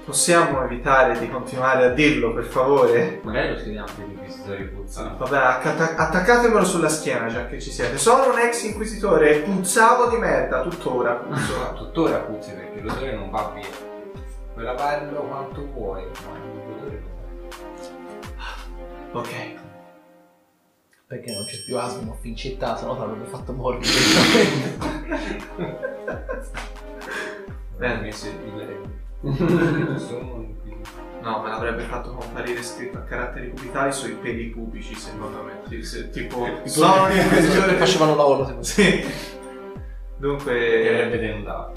possiamo evitare di continuare a dirlo, per favore? Magari lo scriviamo per gli inquisitori puzzano. Vabbè, attaccatemelo sulla schiena, già che ci siete. Sono un ex inquisitore, puzzavo di merda, tuttora puzzo. Tuttora puzzi perché l'odore non va via. Puoi lavarlo quanto vuoi, ma l'odore Ok. Perché non c'è più Asimov in città, sennò ti avrebbe fatto morire. Bene. messo No, me l'avrebbe fatto comparire scritto a caratteri cubitali sui peli pubici, secondo me. Tipo, sono un inquisitore. Facevano lavoro, secondo me. Sì. Dunque... che avrebbe tentato.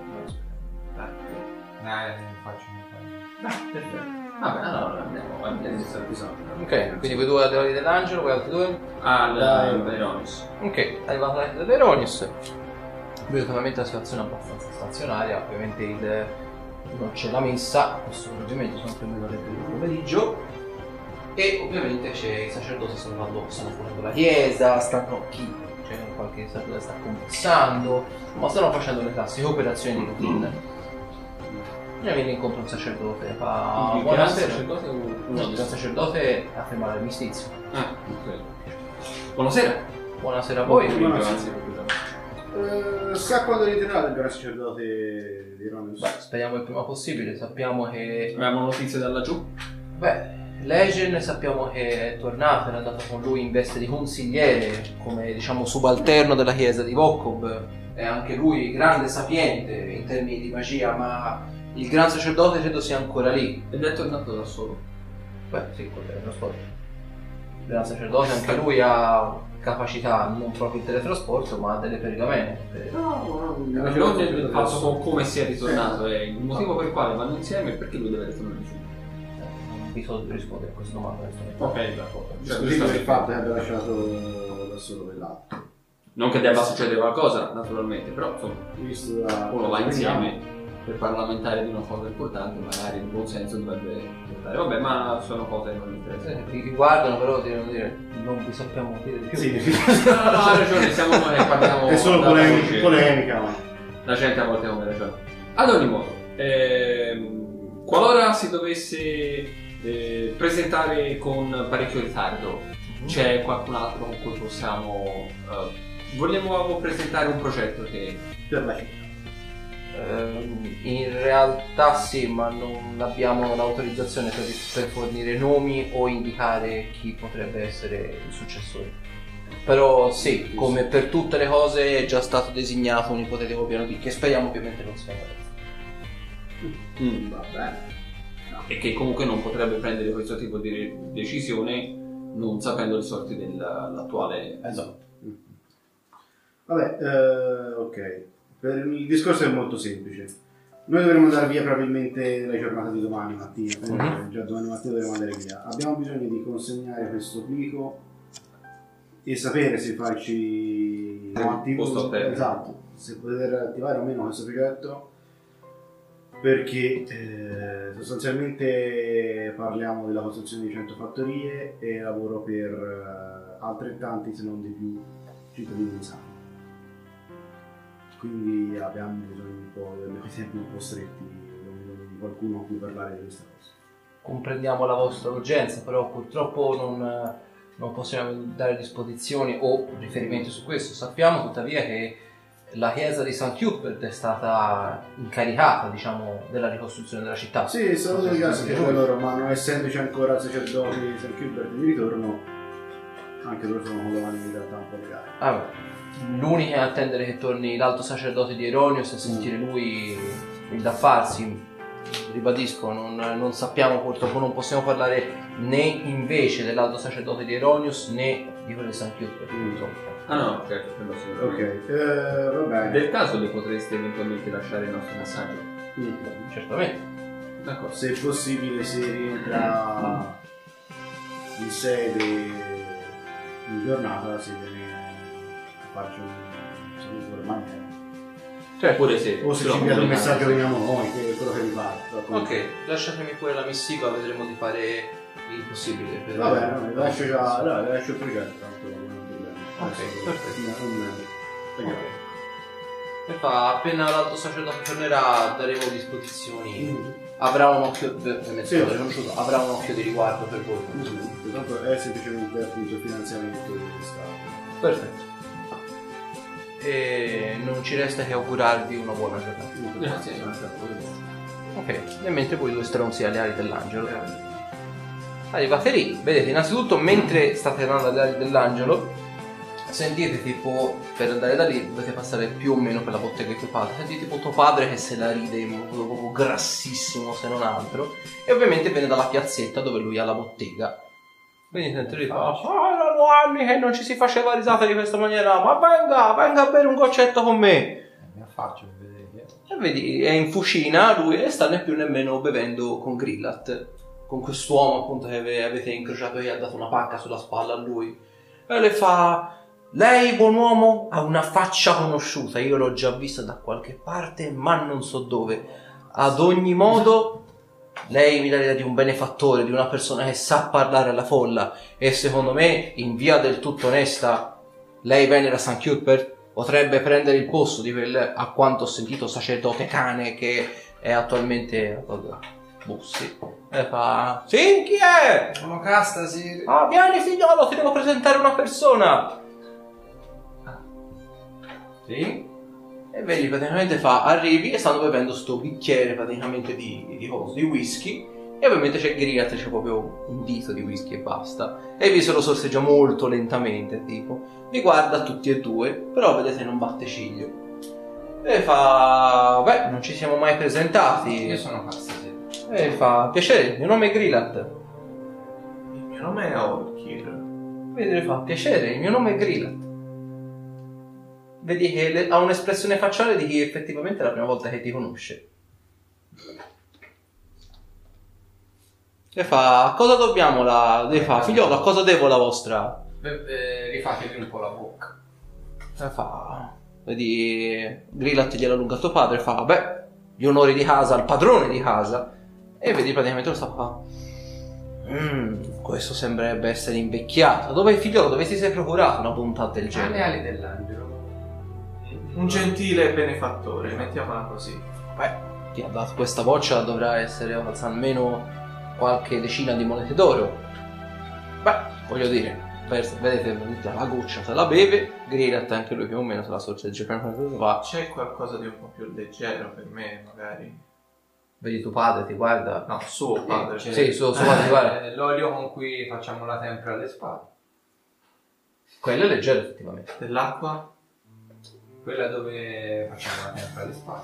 Dai, Faccio un perfetto. Vabbè, allora andiamo adesso al bisogno. Ok, quindi voi due adepti dell'angelo, voi altri due? Al Veronis. Ok, arrivato l'altro dell'Eronius. Vedete ovviamente la situazione è abbastanza stazionaria, ovviamente non c'è la messa, questo ovviamente sono più o meno le 3 del pomeriggio. E ovviamente i sacerdoti stanno curando la chiesa, c'è qualche sacerdote sta confessando, ma stanno facendo le classiche operazioni di routine. E viene incontro un sacerdote, fa buonasera. Il gran sacerdote a fermare l'armistizio. Ah, ok. Buonasera. Buonasera a voi. Sa quando ritornerà il gran sacerdote di Eronius? Beh, speriamo il prima possibile, sappiamo che... Abbiamo notizie da laggiù? Beh, Legend sappiamo che è tornato, è andato con lui in veste di consigliere, come diciamo subalterno della chiesa di Vokob. È anche lui grande sapiente in termini di magia, ma il gran sacerdote credo sia ancora lì. Ed è tornato da solo. Beh, sì, quello è il trasporto. Il gran sacerdote anche lui ha capacità, non proprio il teletrasporto, ma delle pergamene. Non il fatto con come sia ritornato è il motivo per il quale vanno insieme e perché lui deve ritornare giù. Non vi so rispondere a questa domanda. Ok, d'accordo. Così per il fatto che abbia lasciato da solo quell'altro. Non che debba succedere qualcosa, naturalmente, però insomma, Visto da uno va insieme per parlamentare di una cosa importante, magari in buon senso dovrebbe portare. Vabbè, ma sono cose che non mi interessano. Vi riguardano, però devono dire non vi sappiamo dire di più. Sì, No, ha ragione, siamo noi che parliamo. è solo da voce. polemica, ma La gente a volte come ragione. Ad ogni modo, qualora si dovesse presentare con parecchio ritardo, c'è qualcun altro con cui possiamo... vogliamo presentare un progetto che... per la città. In realtà sì, ma non abbiamo l'autorizzazione per fornire nomi o indicare chi potrebbe essere il successore. Però sì, come per tutte le cose è già stato designato un ipotetico piano B, che speriamo ovviamente non sia Va bene. e che comunque non potrebbe prendere questo tipo di decisione non sapendo le sorti dell'attuale... esatto. Vabbè, ok. Il discorso è molto semplice. Noi dovremo andare via probabilmente nella giornata di domani mattina, già domani mattina dovremo andare via. Abbiamo bisogno di consegnare questo plico e sapere se farci posto a terra. esatto, se poter attivare o meno questo progetto, perché sostanzialmente parliamo della costruzione di 100 fattorie e lavoro per altrettanti, se non di più, cittadini di Sano. Quindi abbiamo bisogno dei tempi un po' stretti, di qualcuno con cui parlare di questa cosa. Comprendiamo la vostra urgenza, però purtroppo non possiamo dare disposizioni o riferimenti su questo. Sappiamo tuttavia che la chiesa di St. Hubert è stata incaricata, diciamo, della ricostruzione della città. Sì, sono delle case che c'è loro, ma non essendoci ancora sacerdoti di St. Hubert di ritorno, anche loro sono con le mani in realtà un po' legate. Vabbè. L'unica è attendere che torni l'alto sacerdote di Eronius e sentire lui il da farsi. Ribadisco, non sappiamo, purtroppo non possiamo parlare né invece dell'alto sacerdote di Eronius né di quello di St. Hubert. Ah no, certo, quello sicuramente. Ok, va bene. Del caso le potreste eventualmente lasciare il nostro messaggio? Certamente. D'accordo. Se è possibile, se rientra in sede in giornata, se ve ne faccio un saluto per maniera. Cioè, pure se... O se ci inviate un messaggio veniamo noi, che è quello che vi pare. Ok, lasciatemi pure la missiva, vedremo di fare il possibile. Per... Va bene, vi lascio già, dai, vi lascio il progetto, tanto non è un problema. Ok, perfetto. Ok. E fa, appena l'alto sacerdote tornerà daremo disposizioni. Avrà un occhio avrà un occhio di riguardo per voi. Tanto è semplicemente appunto il finanziamento di Stato. Perfetto. E non ci resta che augurarvi una buona giornata. Grazie. Ok, e mentre voi due stronzi alle ali dell'angelo arrivate lì, vedete innanzitutto mentre state andando alle ali dell'angelo sentite tipo, per andare da lì dovete passare più o meno per la bottega di tuo padre, sentite tipo tuo padre che se la ride in modo proprio grassissimo se non altro, e ovviamente viene dalla piazzetta dove lui ha la bottega. Quindi sentite lui fa, erano anni che non ci si faceva risata di questa maniera, ma venga a bere un goccetto con me. Mi affaccio per vedere. E vedi, è in fucina lui e sta né più nemmeno bevendo con Grillat, con quest'uomo appunto che avete incrociato, che gli ha dato una pacca sulla spalla a lui, e le fa: lei, buon uomo, ha una faccia conosciuta, io l'ho già vista da qualche parte, ma non so dove. Ad ogni modo, lei mi dà l'idea di un benefattore, di una persona che sa parlare alla folla, e secondo me, in via del tutto onesta, lei venera San Cuthbert potrebbe prendere il posto di quel, a quanto ho sentito, sacerdote cane che è attualmente Bussi. E fa: sì, chi è? Sono Castasi. Ah, vieni figliolo, ti devo presentare una persona. Sì? E vedi, praticamente fa, arrivi e stanno bevendo sto bicchiere praticamente di whisky, e ovviamente c'è Grillat, c'è proprio un dito di whisky e basta, e vi se lo sorseggia molto lentamente, tipo, vi guarda tutti e due, però vedete non batte ciglio, e fa: beh, non ci siamo mai presentati. Io sono Castasi. E fa: piacere, il mio nome è Grillat. Il mio nome è Orkir. Vedi, le fa: piacere, il mio nome è Grillat. Vedi che ha un'espressione facciale di chi effettivamente è la prima volta che ti conosce. E fa: cosa dobbiamo la... E fa: figliolo, a cosa devo la vostra? Rifatevi un po' la bocca. E fa... Vedi, Grillat gliela allunga a tuo padre e fa: beh, gli onori di casa al padrone di casa. E vedi praticamente lo sta fa: questo sembrerebbe essere invecchiato. Dove, figliolo, dove ti sei procurato una bontà del Alle genere? ali dell'angelo. Un gentile benefattore, mettiamola così. Beh, ti ha dato questa boccia, dovrà essere almeno qualche decina di monete d'oro. Beh, voglio dire, vedete la goccia se la beve, Grillat anche lui più o meno se la sorgegge per quello va. C'è qualcosa di un po' più leggero per me, magari? Vedi tuo padre, ti guarda. No, suo padre. Sì, suo padre ti guarda. L'olio con cui facciamo la tempra alle spade. Quello è leggero effettivamente. Dell'acqua? Quella dove facciamo la tempra alle spade.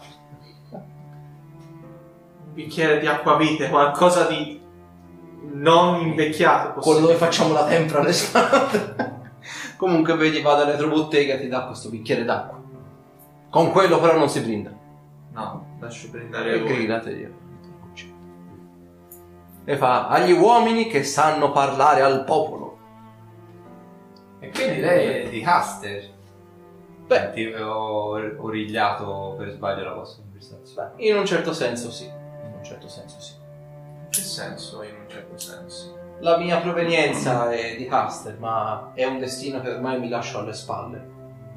Un bicchiere di acquavite, qualcosa di non invecchiato. Quello dove facciamo la tempra alle spalle. Comunque vedi, va dalla retrobottega e ti dà questo bicchiere d'acqua. Con quello però non si brinda. No, lascio brindare E voi. Grillat io. E fa: agli uomini che sanno parlare al popolo. E quindi lei è di Caster. Beh, Ti ho origliato per sbaglio la vostra conversazione. in un certo senso sì. In un certo senso sì. In che senso? In un certo senso. La mia provenienza è di Caster, ma è un destino che ormai mi lascio alle spalle.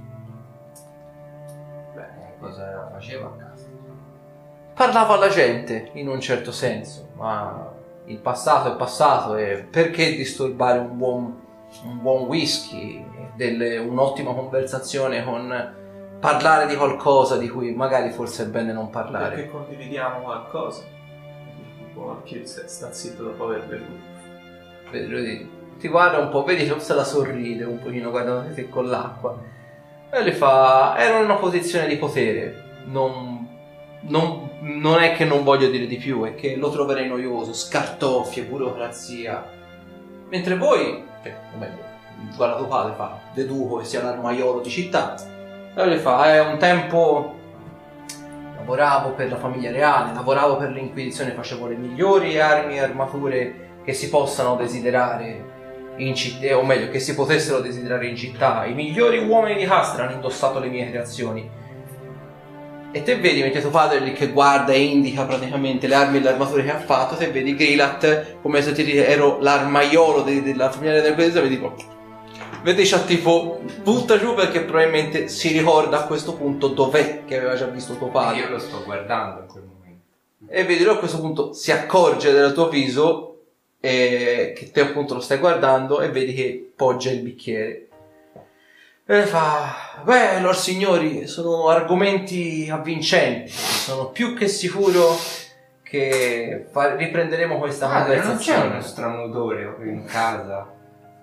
Beh, cosa faceva a casa? Parlavo alla gente, in un certo senso, ma il passato è passato, e perché disturbare un buon whisky, un'ottima conversazione con parlare di qualcosa di cui magari forse è bene non parlare. Perché condividiamo qualcosa. Orkir sta zitto dopo aver bevuto. Vedi, lui ti guarda un po', vedi che se la sorride un pochino guardandoti con l'acqua, e le fa: ero in una posizione di potere, non è che non voglio dire di più, è che lo troverei noioso, scartoffie, burocrazia, mentre voi, o meglio, guarda tuo padre, fa: deduco che sia l'armaiolo di città. E le fa: un tempo lavoravo per la famiglia reale, lavoravo per l'Inquisizione, facevo le migliori armi e armature che si possano desiderare in città, o meglio, che si potessero desiderare in città. I migliori uomini di Castra hanno indossato le mie creazioni. E te vedi, mentre tuo padre è lì che guarda e indica praticamente le armi e le armature che ha fatto, te vedi Grillat come se ti ero l'armaiolo della famiglia dell'Inquisizione, e dico: Vedi c'ha tipo butta giù perché probabilmente si ricorda a questo punto dov'è che aveva già visto tuo padre. Io lo sto guardando in quel momento. E vedi lui a questo punto si accorge del tuo viso e che te appunto lo stai guardando e vedi che poggia il bicchiere. E fa: beh, lor signori, sono argomenti avvincenti. Sono più che sicuro che riprenderemo questa Non c'è conversazione. uno strano odore in casa.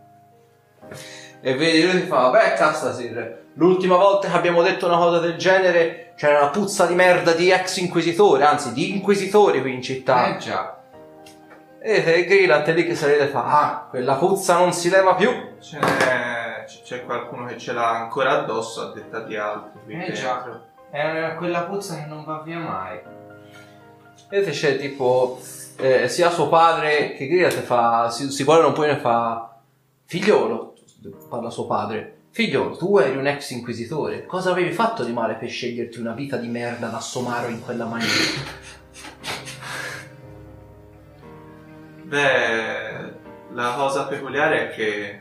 E vedi lui ti fa: beh, Castasir, l'ultima volta che abbiamo detto una cosa del genere c'era una puzza di merda di ex inquisitore, anzi di inquisitori qui in città. Già. E Grillant è lì che salite e fa: ah, quella puzza non si leva più. C'è qualcuno che ce l'ha ancora addosso a detta di altri. qui Già. dentro. È quella puzza che non va via mai. E c'è tipo sia suo padre che Grillant fa, si guardano un po' e fa: figliolo, parla suo padre, figliolo, tu eri un ex inquisitore, cosa avevi fatto di male per sceglierti una vita di merda da somaro in quella maniera? Beh, la cosa peculiare è che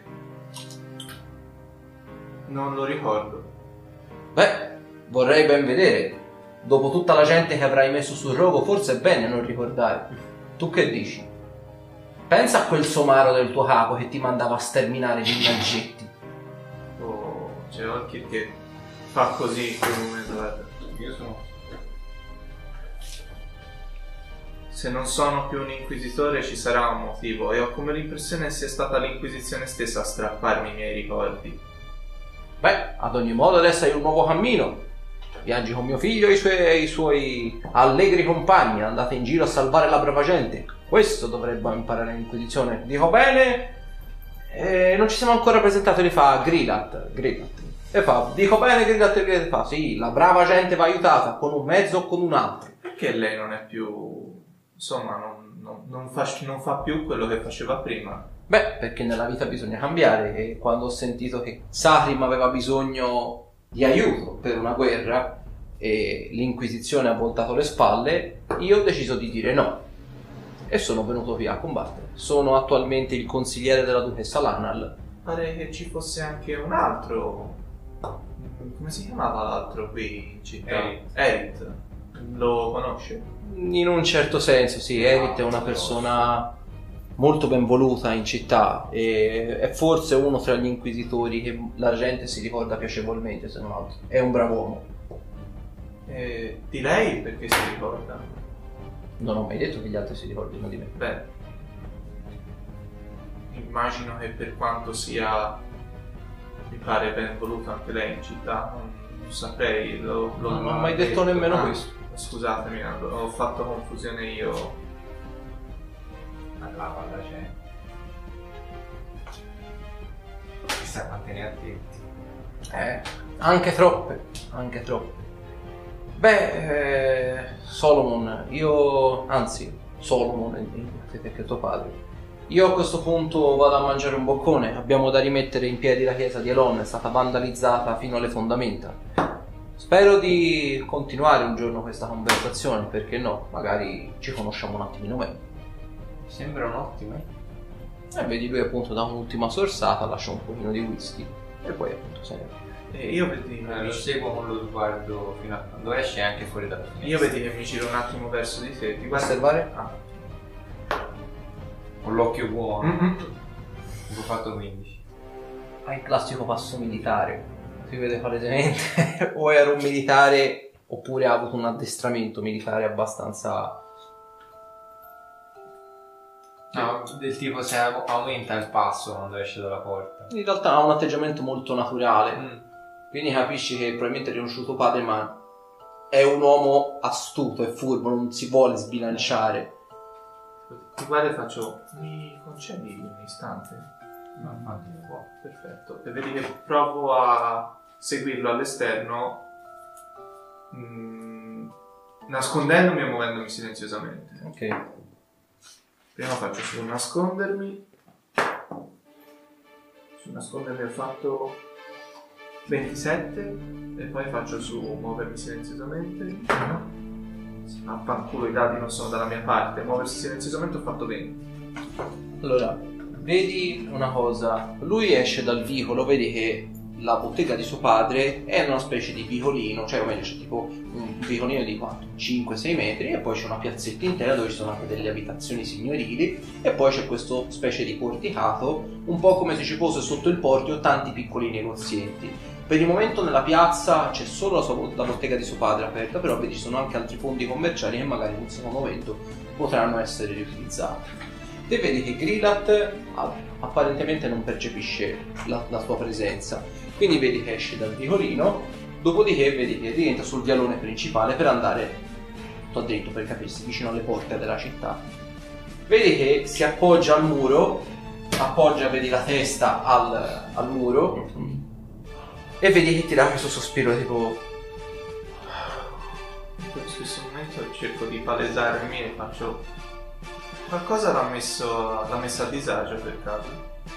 non lo ricordo. Beh, vorrei ben vedere. Dopo tutta la gente che avrai messo sul rogo, forse è bene non ricordare. Tu che dici? Pensa a quel somaro del tuo capo che ti mandava a sterminare gli innaggetti. Oh, c'è Orchid che fa così in quel momento. Guarda. Io sono... Se non sono più un inquisitore ci sarà un motivo e ho come l'impressione sia stata l'inquisizione stessa a strapparmi i miei ricordi. Beh, ad ogni modo adesso hai un nuovo cammino. Viaggi con mio figlio e i suoi allegri compagni, andate in giro a salvare la brava gente. Questo dovrebbe imparare l'Inquisizione. Dico bene? Non ci siamo ancora presentati, li fa Grillant. E fa: dico bene, Grillant fa: sì, la brava gente va aiutata con un mezzo o con un altro. Perché lei non è più... insomma, non fa più quello che faceva prima? Beh, perché nella vita bisogna cambiare e quando ho sentito che Sarim aveva bisogno di aiuto per una guerra e l'Inquisizione ha voltato le spalle, io ho deciso di dire no e sono venuto qui a combattere. Sono attualmente il consigliere della duchessa Lanal. Pare che ci fosse anche un altro... come si chiamava l'altro qui in città? Erit. Lo conosce? In un certo senso sì, Erit è una persona molto ben voluta in città e è forse uno tra gli inquisitori che la gente si ricorda piacevolmente, se non altro. È un bravo uomo. Di lei perché si ricorda? Non ho mai detto che gli altri si ricordino di me. Beh, immagino che per quanto sia, mi pare ben voluta anche lei in città, non saprei, non ho mai detto nemmeno questo. Scusatemi, ho fatto confusione io. Parlava la gente. Chissà quante ne attenti. Anche troppe. Beh, Solomon, perché tuo padre. Io a questo punto vado a mangiare un boccone. Abbiamo da rimettere in piedi la chiesa di Elon, è stata vandalizzata fino alle fondamenta. Spero di continuare un giorno questa conversazione, perché no? Magari ci conosciamo un attimino meglio. Sembra un'ottima. Vedi, lui appunto da un'ultima sorsata lascia un pochino di whisky e poi appunto se ne va. Io vedi, Lo seguo con lo sguardo fino a quando esce e anche fuori dalla finestra. io vedi che mi giro un attimo verso di te. Ti guarda Osservare? Con l'occhio buono. Mm-hmm. Ho fatto 15. Hai il classico passo militare. Si vede palesemente o era un militare oppure ha avuto un addestramento militare abbastanza... No, del tipo se aumenta il passo quando esce dalla porta. In realtà ha un atteggiamento molto naturale. Quindi capisci che probabilmente è riconosciuto padre, ma è un uomo astuto e furbo, non si vuole sbilanciare. Ti guarda e faccio, mi concedi un istante? No, infatti non può. Perfetto. E vedi che provo a seguirlo all'esterno, nascondendomi e muovendomi silenziosamente. Ok. Prima faccio su nascondermi. Su nascondermi ho fatto 27 e poi faccio su muovermi silenziosamente. Affanculo, i dati non sono dalla mia parte. Muoversi silenziosamente ho fatto 20. Allora, vedi una cosa, lui esce dal vicolo, vedi che la bottega di suo padre è una specie di vicolino, cioè o meglio c'è tipo un vicolino di quanto? 5-6 metri e poi c'è una piazzetta intera dove ci sono anche delle abitazioni signorili e poi c'è questo specie di porticato, un po' come se ci fosse sotto il portico tanti piccoli negozietti. Per il momento nella piazza c'è solo la bottega di suo padre aperta, però vedi ci sono anche altri fondi commerciali che magari in un secondo momento potranno essere riutilizzati. Te vedi che Grillat apparentemente non percepisce la tua presenza, quindi vedi che esce dal vicolino, dopodiché vedi che rientra sul vialone principale per andare tutto a dritto, per capirsi, vicino alle porte della città. Vedi che si appoggia al muro, vedi la testa al muro e vedi che ti dà questo sospiro tipo... In questo stesso momento cerco di palesarmi e faccio... Qualcosa l'ha messo a disagio per caso?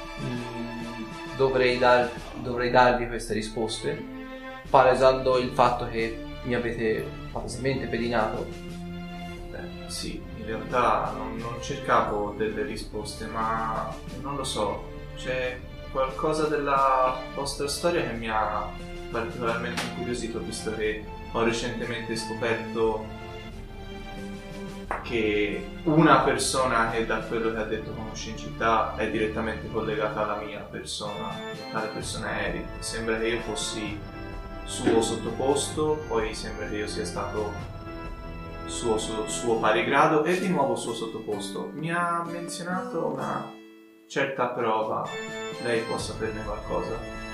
Dovrei darvi queste risposte, palesando il fatto che mi avete palesemente pedinato. Beh, sì, in realtà non cercavo delle risposte, ma non lo so, c'è qualcosa della vostra storia che mi ha particolarmente incuriosito, visto che ho recentemente scoperto che una persona che da quello che ha detto conosce in città è direttamente collegata alla mia persona, tale persona è Eric. Sembra che io fossi suo sottoposto, poi sembra che io sia stato suo pari grado e di nuovo suo sottoposto. Mi ha menzionato una certa prova, lei può saperne qualcosa?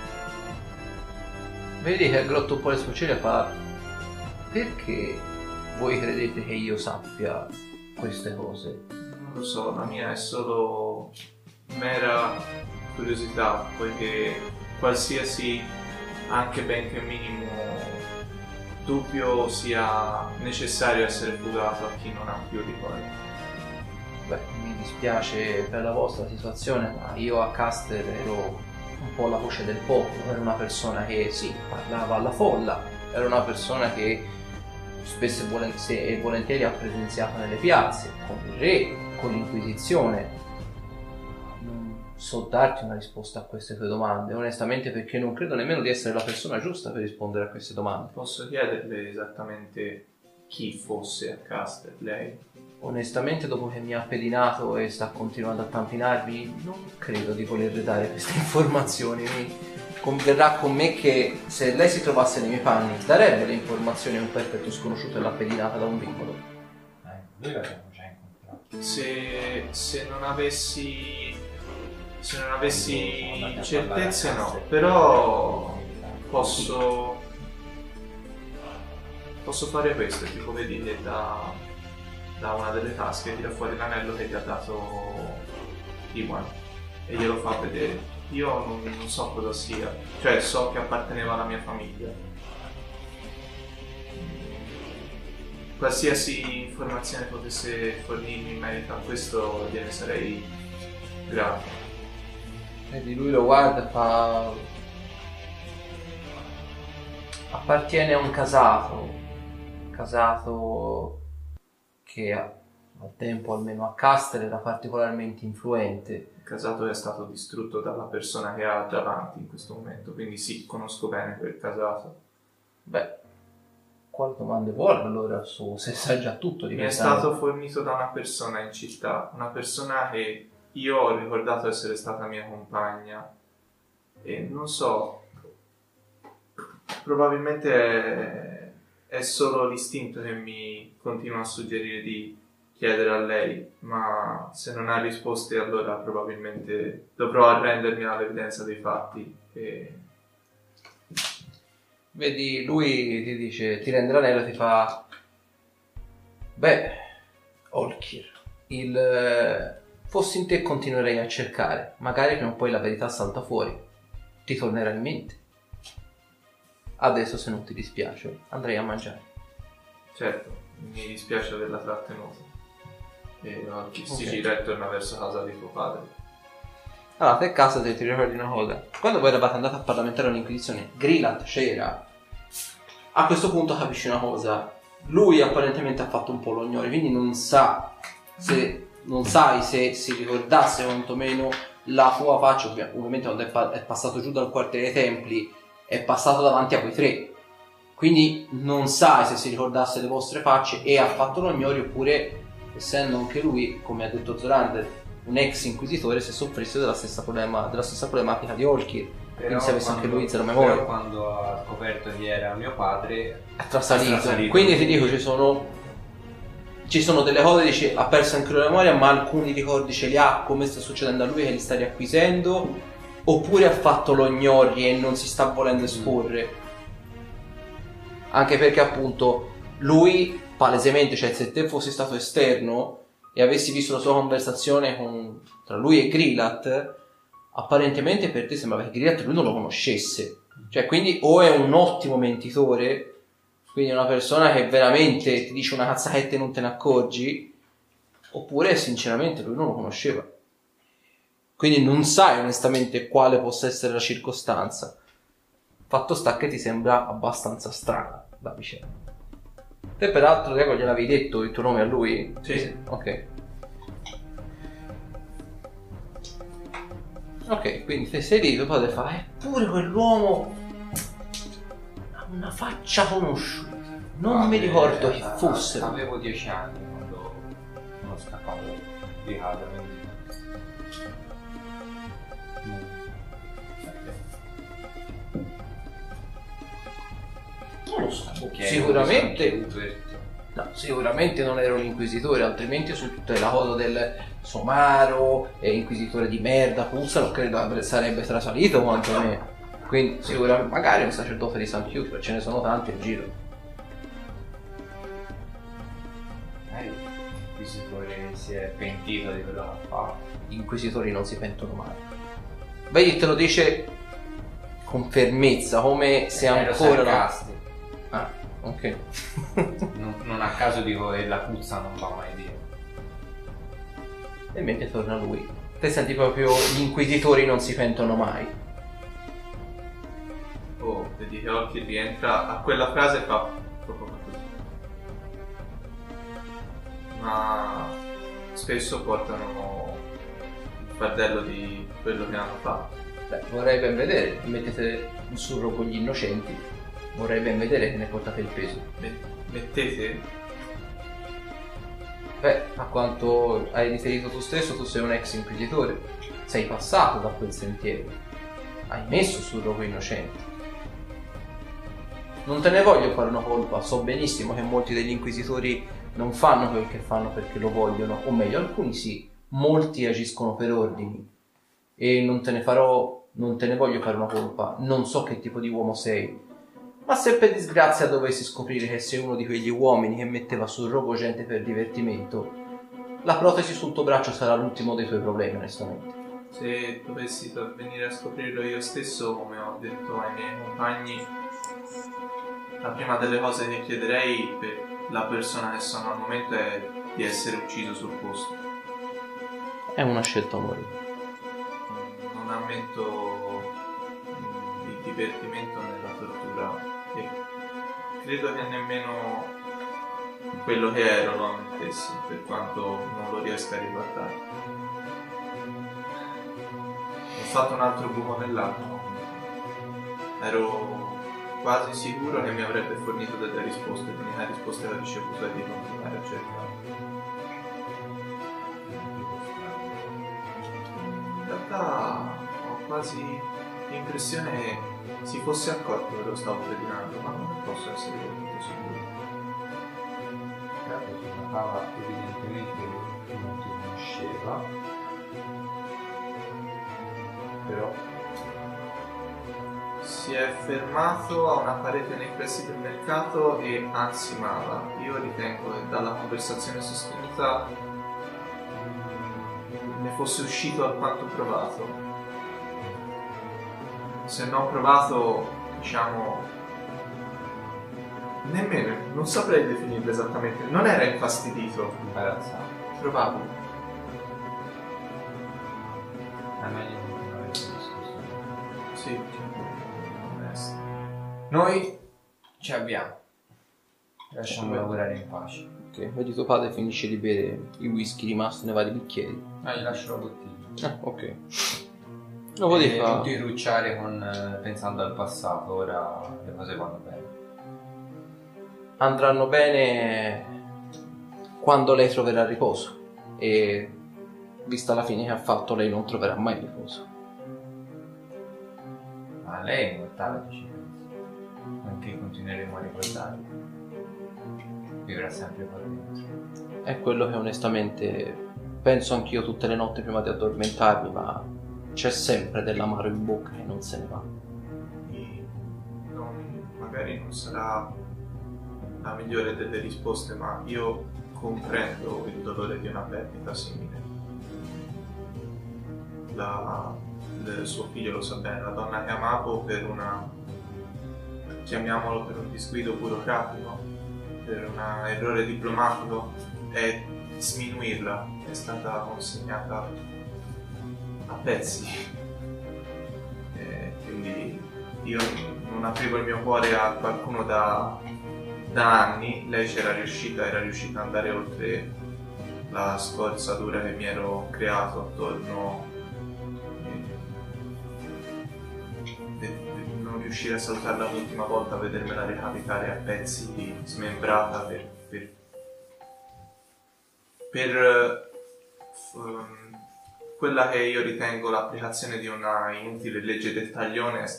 Vedi che aggrotta un po' le sopracciglia e fa: perché voi credete che io sappia queste cose? Non lo so, la mia è solo mera curiosità, poiché qualsiasi, anche benché minimo, dubbio sia necessario essere fugato a chi non ha più ricordi. Beh, mi dispiace per la vostra situazione, ma io a Caster ero un po' la voce del popolo, ero una persona che sì, parlava alla folla, ero una persona che spesso e volentieri ha presenziato nelle piazze, con il re, con l'inquisizione. Non so darti una risposta a queste tue domande, onestamente, perché non credo nemmeno di essere la persona giusta per rispondere a queste domande. Posso chiederle esattamente chi fosse a Caster, lei? Onestamente, dopo che mi ha pedinato e sta continuando a tampinarmi, non credo di volerle dare queste informazioni. Converrà con me che se lei si trovasse nei miei panni darebbe le informazioni a un perfetto sconosciuto e l'ha pedinata da un vicolo. Noi l'abbiamo già incontrato. Se non avessi certezze no, però posso fare questo, tipo vedi che da una delle tasche tira fuori l'anello che ti ha dato Iwan e glielo fa vedere. Io non so cosa sia, cioè so che apparteneva alla mia famiglia. Qualsiasi informazione potesse fornirmi in merito a questo gliene sarei grato. Vedi, lui lo guarda e fa: appartiene a un casato che al tempo, almeno a Caster, era particolarmente influente. Il casato è stato distrutto dalla persona che ha davanti in questo momento, quindi sì, conosco bene quel casato. Beh, quali domande vuole allora se sa già tutto di Mi è questa stato fornito da una persona in città, una persona che io ho ricordato essere stata mia compagna e non so, probabilmente è solo l'istinto che mi continua a suggerire di chiedere a lei, ma se non ha risposte allora probabilmente dovrò arrendermi all'evidenza dei fatti. Vedi, lui ti dice, ti rende l'anello e ti fa: beh, Olkir, fossi in te continuerei a cercare, magari prima o poi la verità salta fuori, ti tornerà in mente. Adesso, se non ti dispiace, andrei a mangiare. Certo, mi dispiace averla trattenuta. E si gira e torna verso casa di tuo padre. Allora, per caso ti ricordi una cosa. Quando voi eravate andati a parlamentare all'Inquisizione, Grillat c'era. A questo punto capisci una cosa. Lui apparentemente ha fatto un po' l'ognore, quindi non sai se si ricordasse quantomeno la tua faccia ovviamente quando è passato giù dal quartiere dei Templi è passato davanti a quei 3, quindi non sai se si ricordasse le vostre facce e ha fatto l'ognorio, oppure essendo anche lui, come ha detto Zorander, un ex inquisitore, si è soffrisse della stessa problematica di Olkir, quindi se avesse anche lui zero memoria. Però quando ha scoperto chi era mio padre è trasalito. Quindi ti dico, ci sono delle cose, dici, ha perso anche la memoria, ma alcuni ricordi ce li ha, come sta succedendo a lui che li sta riacquisendo, oppure ha fatto l'ognori e non si sta volendo esporre. Anche perché appunto lui palesemente, cioè se te fossi stato esterno e avessi visto la sua conversazione tra lui e Grillat, apparentemente per te sembrava che Grillat lui non lo conoscesse, cioè quindi o è un ottimo mentitore, quindi una persona che veramente ti dice una cazzata e non te ne accorgi, oppure sinceramente lui non lo conosceva, quindi non sai onestamente quale possa essere la circostanza. Fatto sta che ti sembra abbastanza strana la vicenda. Te peraltro Diego gliel'avevi detto il tuo nome a lui? Sì. Ok, quindi te sei lì, tuo padre fa, eppure quell'uomo ha una faccia conosciuta, non mi ricordo chi fosse. Avevo 10 anni quando sono scappato di casa, quindi non lo so, okay, sicuramente no, sicuramente non era un inquisitore, altrimenti su tutta la cosa del somaro e inquisitore di merda, puzza, non credo sarebbe trasalito quanto me. Quindi sicuramente magari un sacerdote di San Chiuso, ce ne sono tanti in giro. L'inquisitore si è pentito di quello che ha fatto. Gli inquisitori non si pentono mai. Vedi, te lo dice con fermezza, come se ancora sarcastico. Ah, ok. non a caso dico che la puzza non va mai via. E mentre torna lui, te senti proprio gli inquisitori non si pentono mai. Oh, vedi che Olkir rientra a quella frase e fa proprio così. Ma spesso portano il fardello di quello che hanno fatto. Beh, vorrei ben vedere, mettete un surro con gli innocenti, vorrei ben vedere che ne portate il peso. Mettete? Beh, a quanto hai riferito tu stesso, tu sei un ex inquisitore, sei passato da quel sentiero, hai messo surro con gli innocenti. Non te ne voglio fare una colpa, so benissimo che molti degli inquisitori non fanno quel che fanno perché lo vogliono, o meglio, alcuni sì, molti agiscono per ordini. E non te ne voglio fare una colpa, non so che tipo di uomo sei, ma se per disgrazia dovessi scoprire che sei uno di quegli uomini che metteva sul rogo gente per divertimento, la protesi sul tuo braccio sarà l'ultimo dei tuoi problemi, onestamente. Se dovessi venire a scoprirlo io stesso, come ho detto ai miei compagni, la prima delle cose che chiederei per la persona che sono al momento è di essere ucciso sul posto. È una scelta amorosa. Non ammetto il divertimento nella tortura e credo che nemmeno quello che ero lo ammettessi, per quanto non lo riesca a riguardare. Ho fatto un altro buco nell'acqua. Ero quasi sicuro che mi avrebbe fornito delle risposte, l'unica risposta che ho ricevuto è di continuare a cercare. In realtà ho quasi l'impressione che si fosse accorto che lo stavo pedinando, ma non posso essere molto sicuro. Si notava evidentemente che non ti conosceva, però Si è fermato a una parete nei pressi del mercato e ansimava. Io ritengo che dalla conversazione sostenuta ne fosse uscito alquanto provato. Se non provato, diciamo, nemmeno, non saprei definirlo esattamente. Non era infastidito, imbarazzato. probabile. È meglio non avessi discusso. Sì, onesto. Noi ci abbiamo. Lasciamo lavorare in pace. Ok, vedi tuo padre finisce di bere il whisky rimasto nei vari bicchieri. Gli lascio la bottiglia. Ok. Dopodiché Non ti rucciare pensando al passato, ora le cose vanno bene. andranno bene quando lei troverà riposo e vista la fine che ha fatto lei non troverà mai riposo. Ma lei è immortale, ci penso. Anche continueremo a ricordarlo. Vivrà sempre qua dentro. È quello che onestamente penso anch'io tutte le notti prima di addormentarmi, ma c'è sempre dell'amaro in bocca che non se ne va. Magari non sarà la migliore delle risposte, ma io comprendo il dolore di una perdita simile. Il suo figlio lo sa bene, la donna che amavo per una, chiamiamolo per un disguido burocratico, per un errore diplomatico, e sminuirla è stata consegnata a pezzi. E quindi io non aprivo il mio cuore a qualcuno da anni. Lei era riuscita ad andare oltre la scorzatura che mi ero creato attorno e non riuscire a salutarla l'ultima volta, vedermela recapitare a pezzi, smembrata per quella che io ritengo l'applicazione di una inutile legge del taglione è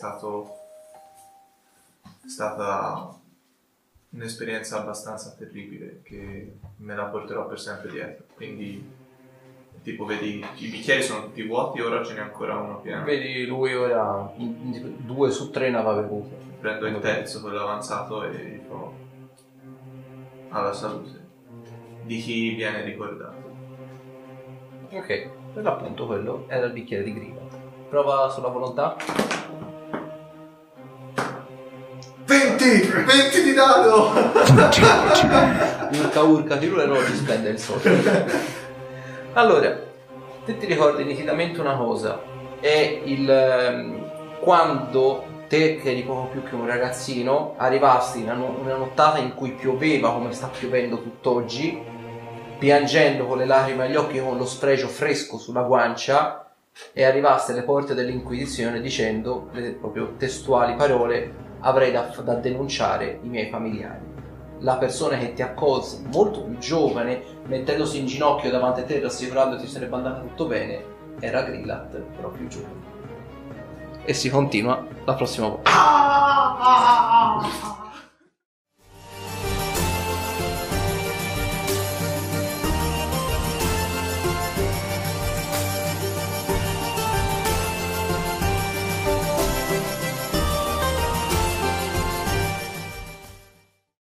stata un'esperienza abbastanza terribile che me la porterò per sempre dietro. Quindi, tipo, vedi, i bicchieri sono tutti vuoti, ora ce n'è ancora uno pieno. Vedi, lui ora 2 su 3 ne aveva bevuto. Prendo il terzo, quello avanzato, e dico alla salute di chi viene ricordato. Ok, per l'appunto quello era il bicchiere di Griva. Prova sulla volontà. 20 di dado! Urca, tiro e non ci spende il soldo. Allora, te ti ricordi nitidamente una cosa, è quando te, che eri poco più che un ragazzino, arrivasti in una nottata in cui pioveva come sta piovendo tutt'oggi, piangendo con le lacrime agli occhi, con lo sfregio fresco sulla guancia, e arrivaste alle porte dell'Inquisizione dicendo le proprio testuali parole: avrei da denunciare i miei familiari. La persona che ti accolse, molto più giovane, mettendosi in ginocchio davanti a te, rassicurando che ti sarebbe andato tutto bene, era Grillat, però più giovane. E si continua la prossima volta.